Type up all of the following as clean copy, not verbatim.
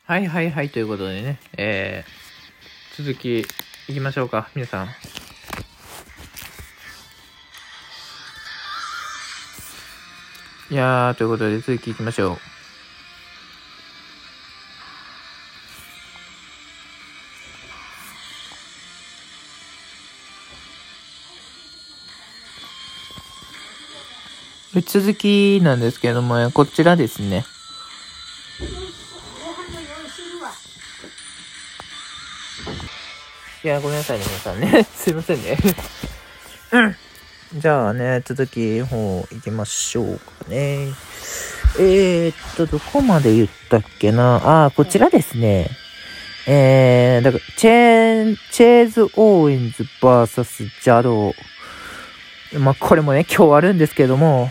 はいはいはい、ということでね、続きいきましょうか、皆さん。いやー、ということで続きいきましょう。続きなんですけども、こちらですね。いや、ごめんなさいね、皆さんね。すいませんね。じゃあね、続き方行きましょうかね。どこまで言ったっけな。こちらですね。だから、チェーズ・オーエンズ VS 邪道。まあ、これもね、今日あるんですけども、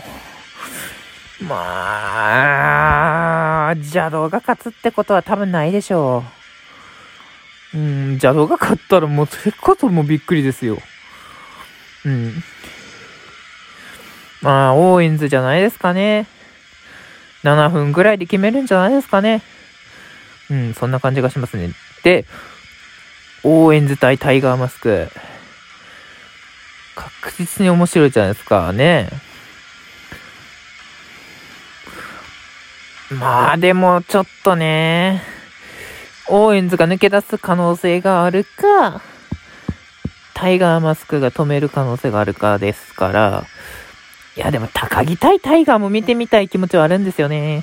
まあ、邪道が勝つってことは多分ないでしょう。邪道が勝ったらもう、それこそもうびっくりですよ。まあ、オーエンズじゃないですかね。7分ぐらいで決めるんじゃないですかね。そんな感じがしますね。で、オーエンズ対タイガーマスク。確実に面白いじゃないですかね。まあでもちょっとね、オーエンズが抜け出す可能性があるか、タイガーマスクが止める可能性があるかですから、いやでも高木対タイガーも見てみたい気持ちはあるんですよね。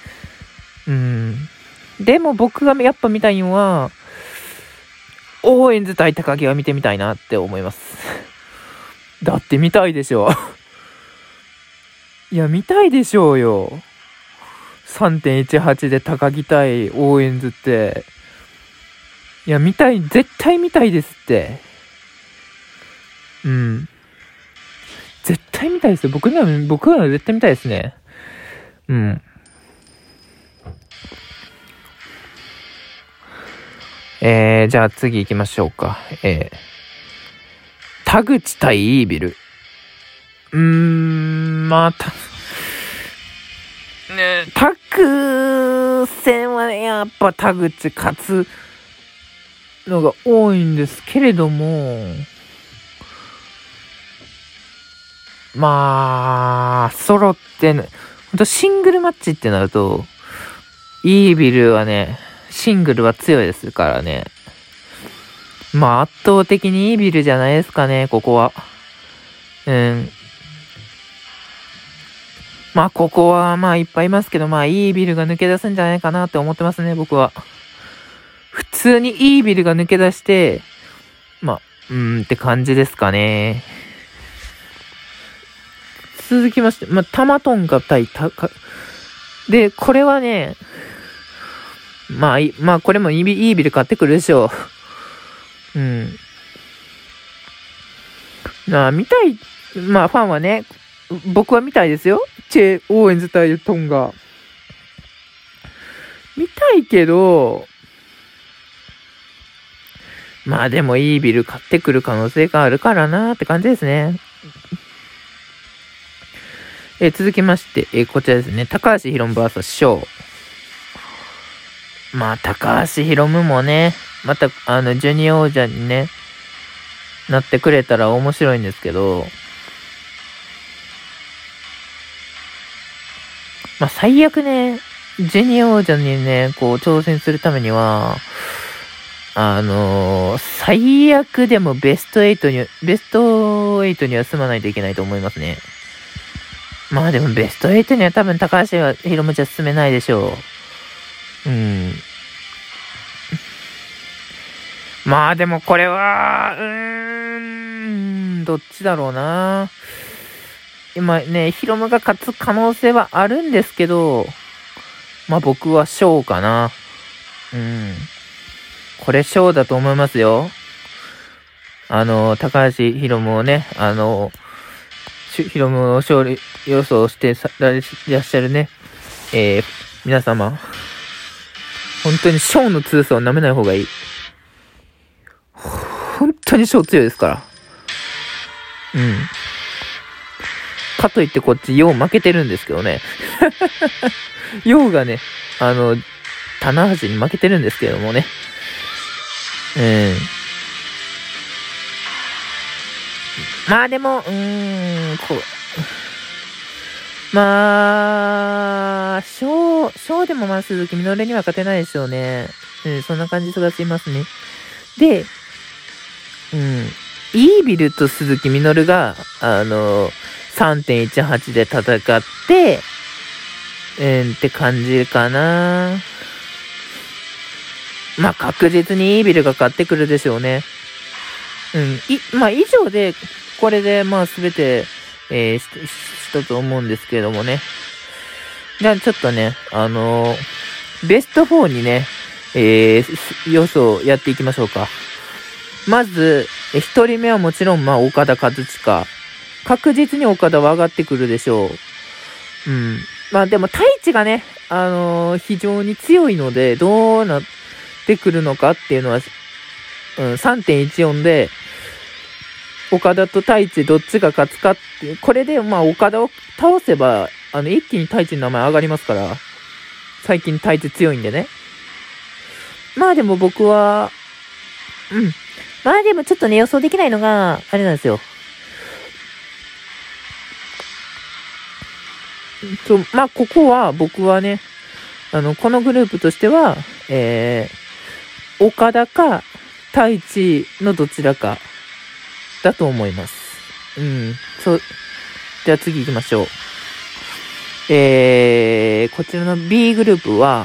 でも僕がやっぱ見たいのは、オーエンズ対高木は見てみたいなって思います。だって見たいでしょ。いや見たいでしょうよ。3.18 で高木対オーエンズって。いや見たい、絶対見たいですって。絶対見たいですよ。僕は絶対見たいですね。じゃあ次行きましょうか。田口対イービル。タッグ戦はね、やっぱ田口勝つのが多いんですけれども、まあ、揃ってね、ほんとシングルマッチってなると、イービルはね、シングルは強いですからね。まあ圧倒的にイービルじゃないですかね、ここは。まあここはまあいっぱいいますけど、まあイービルが抜け出すんじゃないかなって思ってますね、僕は。普通にイービルが抜け出して、まあ、って感じですかね。続きまして、タマトンガ対で、これはね、まあこれもイービル買ってくるでしょう。見たい、まあファンはね、僕は見たいですよ。オーエンズ対トンガ。見たいけど、まあでもイービル買ってくる可能性があるからなーって感じですね。続きまして、こちらですね。高橋ヒロム VS ショー。まあ高橋ヒロムもね、またジュニア王者にね、なってくれたら面白いんですけど、まあ最悪ね、ジュニア王者にね、こう挑戦するためには、最悪でもベスト8には進まないといけないと思いますね。まあでもベスト8には多分高橋はヒロムじゃ進めないでしょう。まあでもこれは、どっちだろうな。今ね、ヒロムが勝つ可能性はあるんですけど、まあ僕はショーかな。これショーだと思いますよ。高橋ヒロムをね、ヒロムを勝利予想してらっしゃるね、皆様、本当にショーの強さを舐めない方がいい。本当にショー強いですから。かといってこっちヨー負けてるんですけどね。ヨーがね、 棚橋に負けてるんですけどもね。まあでも、まあ、小でもまあ鈴木みのるには勝てないでしょうね。そんな感じがしますね。で、イービルと鈴木みのるが、3.18 で戦って、って感じかな。まあ確実にイービルが勝ってくるでしょうね。まあ以上で、これでまあすべて、したと思うんですけれどもね。じゃあちょっとね、ベスト4にね、予想やっていきましょうか。まず、一人目はもちろん、まあ、岡田和親。確実に岡田は上がってくるでしょう。まあでも、太一がね、非常に強いので、どうなってくるのかっていうのは、3.14 で、岡田と太一どっちが勝つかって、これで、まあ、岡田を倒せば、一気に太一の名前上がりますから、最近太一強いんでね。まあでも僕は、まあでもちょっとね、予想できないのが、あれなんですよ。まあここは僕はね、このグループとしては、岡田か太一のどちらかだと思います。じゃあ次行きましょう。こちらの B グループは、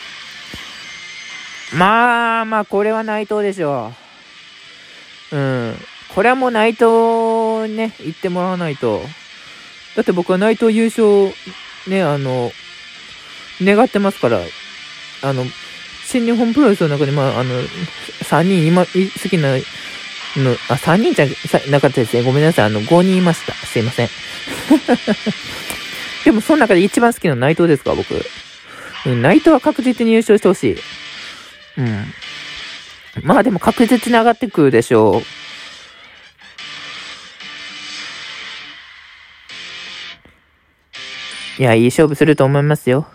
まあ、これは内藤でしょう。これはもう内藤ね、言ってもらわないと。だって僕は内藤優勝、ね、願ってますから。新日本プロレスの中で、まあ、3人今、好きなの、3人じゃなかったですね。ごめんなさい。5人いました。すいません。でも、その中で一番好きなの内藤ですか、僕。内藤は確実に優勝してほしい。まあでも確実に上がってくるでしょう。いや、いい勝負すると思いますよ。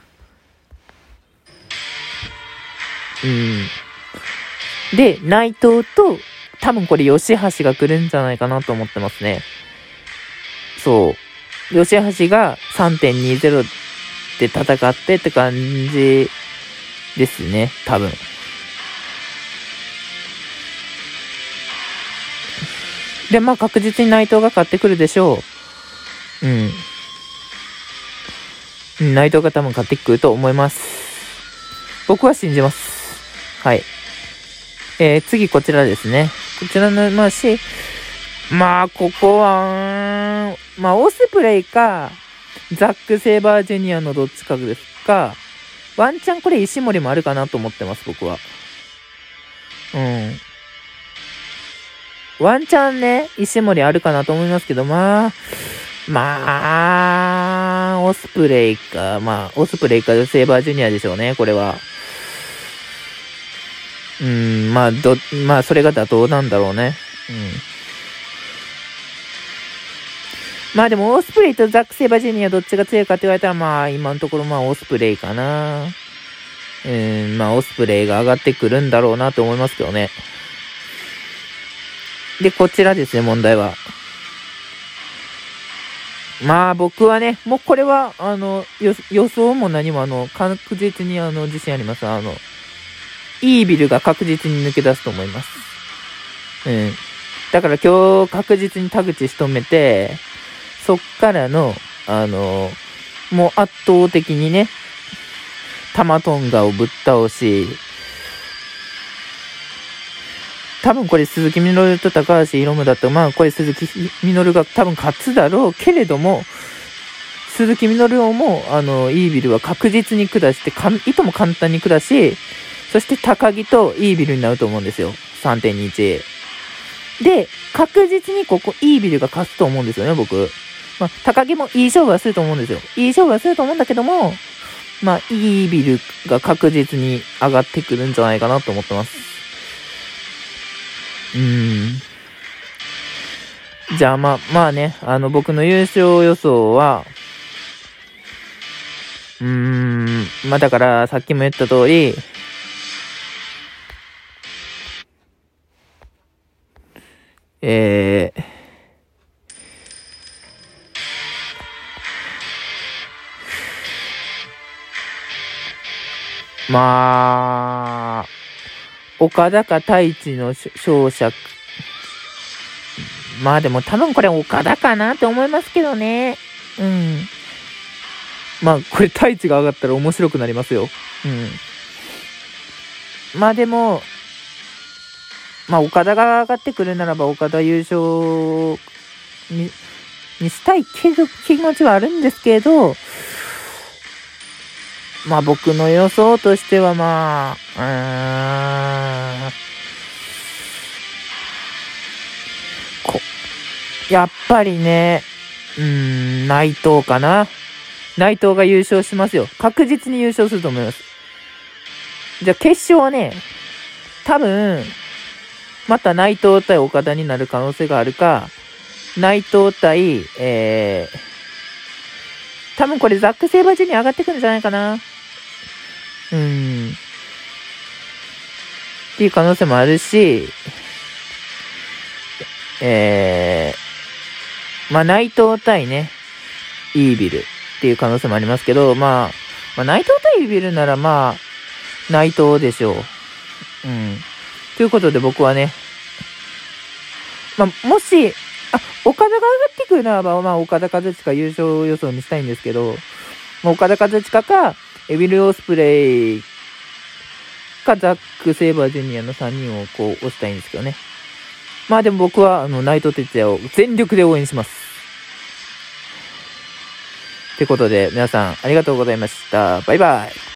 で、内藤と、多分これ吉橋が来るんじゃないかなと思ってますね。そう。吉橋が 3.20 で戦ってって感じですね、多分。で、まあ確実に内藤が勝ってくるでしょう。内藤が多分勝ってくると思います。僕は信じます。はい。次こちらですね。こちらの、まあここは、まあオスプレイか、ザック・セイバージュニアのどっちかですか、ワンチャンこれ石森もあるかなと思ってます、僕は。ワンチャンね、石森あるかなと思いますけど、まあ、オスプレイか、オスプレイかセイバージュニアでしょうね、これは。それが妥当なんだろうね。まあでも、オスプレイとザック・セイバージュニアどっちが強いかって言われたら、今のところオスプレイかな。オスプレイが上がってくるんだろうなと思いますけどね。で、こちらですね、問題は。まあ、僕はね、もうこれは、予想も何も確実に自信あります。イービルが確実に抜け出すと思います。だから今日確実に田口仕留めて、そっからの、もう圧倒的にね、タマトンガをぶっ倒し、多分これ鈴木みのると高橋宏夢だと、これ鈴木みのるが多分勝つだろうけれども、鈴木みのるをも、イービルは確実に下して、いとも簡単に下し、そして高木とイービルになると思うんですよ。3.21。で、確実にここイービルが勝つと思うんですよね、僕。高木もいい勝負はすると思うんですよ。いい勝負はすると思うんだけども、イービルが確実に上がってくるんじゃないかなと思ってます。じゃあね、僕の優勝予想は、 まあだからさっきも言った通り、まあ、岡田か太一の勝者。まあでも多分これ岡田かなって思いますけどね。うん。まあこれ太一が上がったら面白くなりますよ。うん。まあでも、まあ岡田が上がってくるならば岡田優勝にしたい気持ちはあるんですけど、まあ僕の予想としてはまあ、やっぱりね、内藤かな。内藤が優勝しますよ。確実に優勝すると思います。じゃあ決勝はね、多分、また内藤対岡田になる可能性があるか、内藤対、多分これザック・セイバージュニア上がってくるんじゃないかな。っていう可能性もあるし、まあ内藤対ね、イービルっていう可能性もありますけど、まあ内藤対イービルならまあ、内藤でしょう。ということで僕はね、まあもし、岡田が上がってくるならば、まあ岡田和親優勝予想にしたいんですけど、岡田和親か、ウィル・オスプレイか、ザック・セイバージュニアの3人をこう押したいんですけどね。まあでも僕は内藤哲也を全力で応援します。ってことで皆さんありがとうございました。バイバイ。